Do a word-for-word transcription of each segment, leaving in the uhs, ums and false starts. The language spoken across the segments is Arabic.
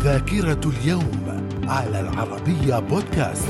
ذاكرة اليوم على العربية بودكاست.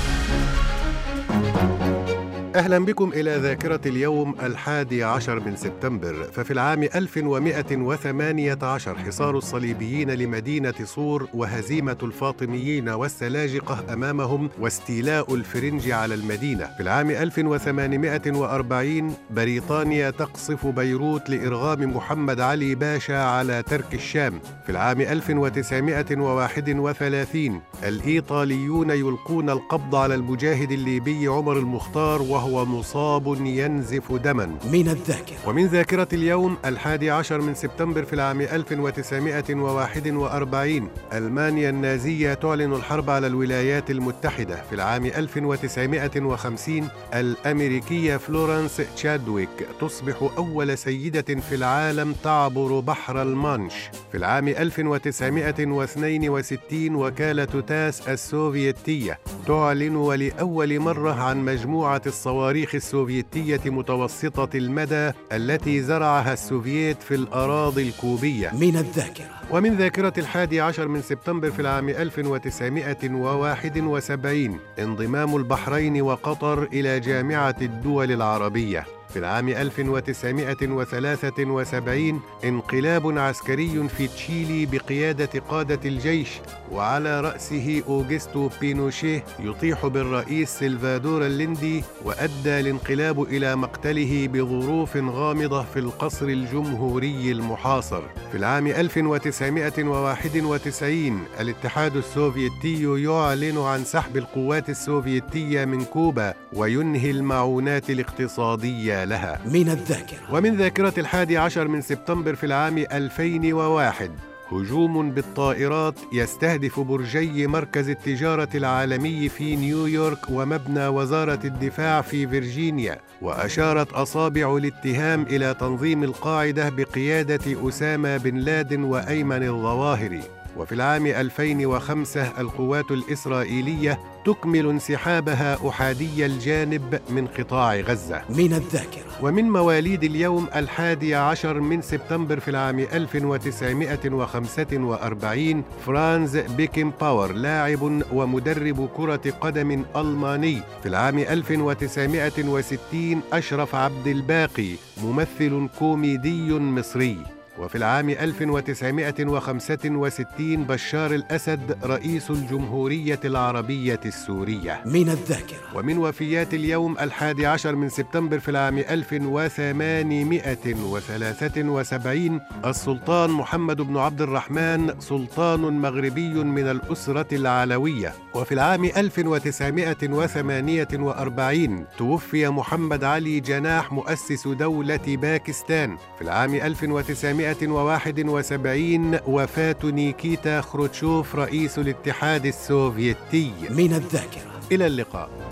أهلا بكم إلى ذاكرة اليوم الحادي عشر من سبتمبر. ففي العام ألف ومائة وثمانية عشر حصار الصليبيين لمدينة صور وهزيمة الفاطميين والسلاجقة أمامهم واستيلاء الفرنج على المدينة. في العام ألف وثمانمائة وأربعين بريطانيا تقصف بيروت لإرغام محمد علي باشا على ترك الشام. في العام ألف وتسعمائة وواحد وثلاثين الإيطاليون يلقون القبض على المجاهد الليبي عمر المختار وهو وهو مصاب ينزف دما. من الذاكرة ومن ذاكرة اليوم الحادي عشر من سبتمبر في العام ألف وتسعمائة وواحد وأربعين ألمانيا النازية تعلن الحرب على الولايات المتحدة. في العام ألف وتسعمائة وخمسين الأمريكية فلورانس تشادويك تصبح أول سيدة في العالم تعبر بحر المانش. في العام ألف وتسعمائة واثنين وستين وكالة تاس السوفيتية تعلن ولأول مرة عن مجموعة الصواريخ الصواريخ السوفيتية متوسطة المدى التي زرعها السوفييت في الأراضي الكوبية. من الذاكرة ومن ذاكرة الحادي عشر من سبتمبر في العام ألف وتسعمائة وواحد وسبعين انضمام البحرين وقطر إلى جامعة الدول العربية. في العام ألف وتسعمائة وثلاثة وسبعين انقلاب عسكري في تشيلي بقيادة قادة الجيش وعلى رأسه أوغسطو بينوشيه يطيح بالرئيس سلفادور الليندي، وأدى الانقلاب إلى مقتله بظروف غامضة في القصر الجمهوري المحاصر. في العام ألف وتسعمائة وواحد وتسعين الاتحاد السوفيتي يعلن عن سحب القوات السوفيتية من كوبا وينهي المعونات الاقتصادية لها. من الذاكرة ومن ذاكرة الحادي عشر من سبتمبر في العام ألفين وواحد هجوم بالطائرات يستهدف برجي مركز التجارة العالمي في نيويورك ومبنى وزارة الدفاع في فيرجينيا، وأشارت أصابع الاتهام إلى تنظيم القاعدة بقيادة أسامة بن لادن وأيمن الظواهري. وفي العام ألفين وخمسة القوات الإسرائيلية تكمل انسحابها أحادي الجانب من قطاع غزة. من الذاكرة ومن مواليد اليوم الحادي عشر من سبتمبر في العام ألف وتسعمائة وخمسة وأربعين فرانز بيكن باور لاعب ومدرب كرة قدم ألماني. في العام ألف وتسعمائة وستين أشرف عبد الباقي ممثل كوميدي مصري. وفي العام ألف وتسعمائة وخمسة وستين بشار الأسد رئيس الجمهورية العربية السورية. من الذاكرة ومن وفيات اليوم الحادي عشر من سبتمبر في العام ألف وثمانمائة وثلاثة وسبعين السلطان محمد بن عبد الرحمن سلطان مغربي من الأسرة العلوية. وفي العام ألف وتسعمائة وثمانية وأربعين توفي محمد علي جناح مؤسس دولة باكستان. في العام ألف وتسعمائة وواحد وسبعين وفاة نيكيتا خروتشوف رئيس الاتحاد السوفيتي. من الذاكرة إلى اللقاء.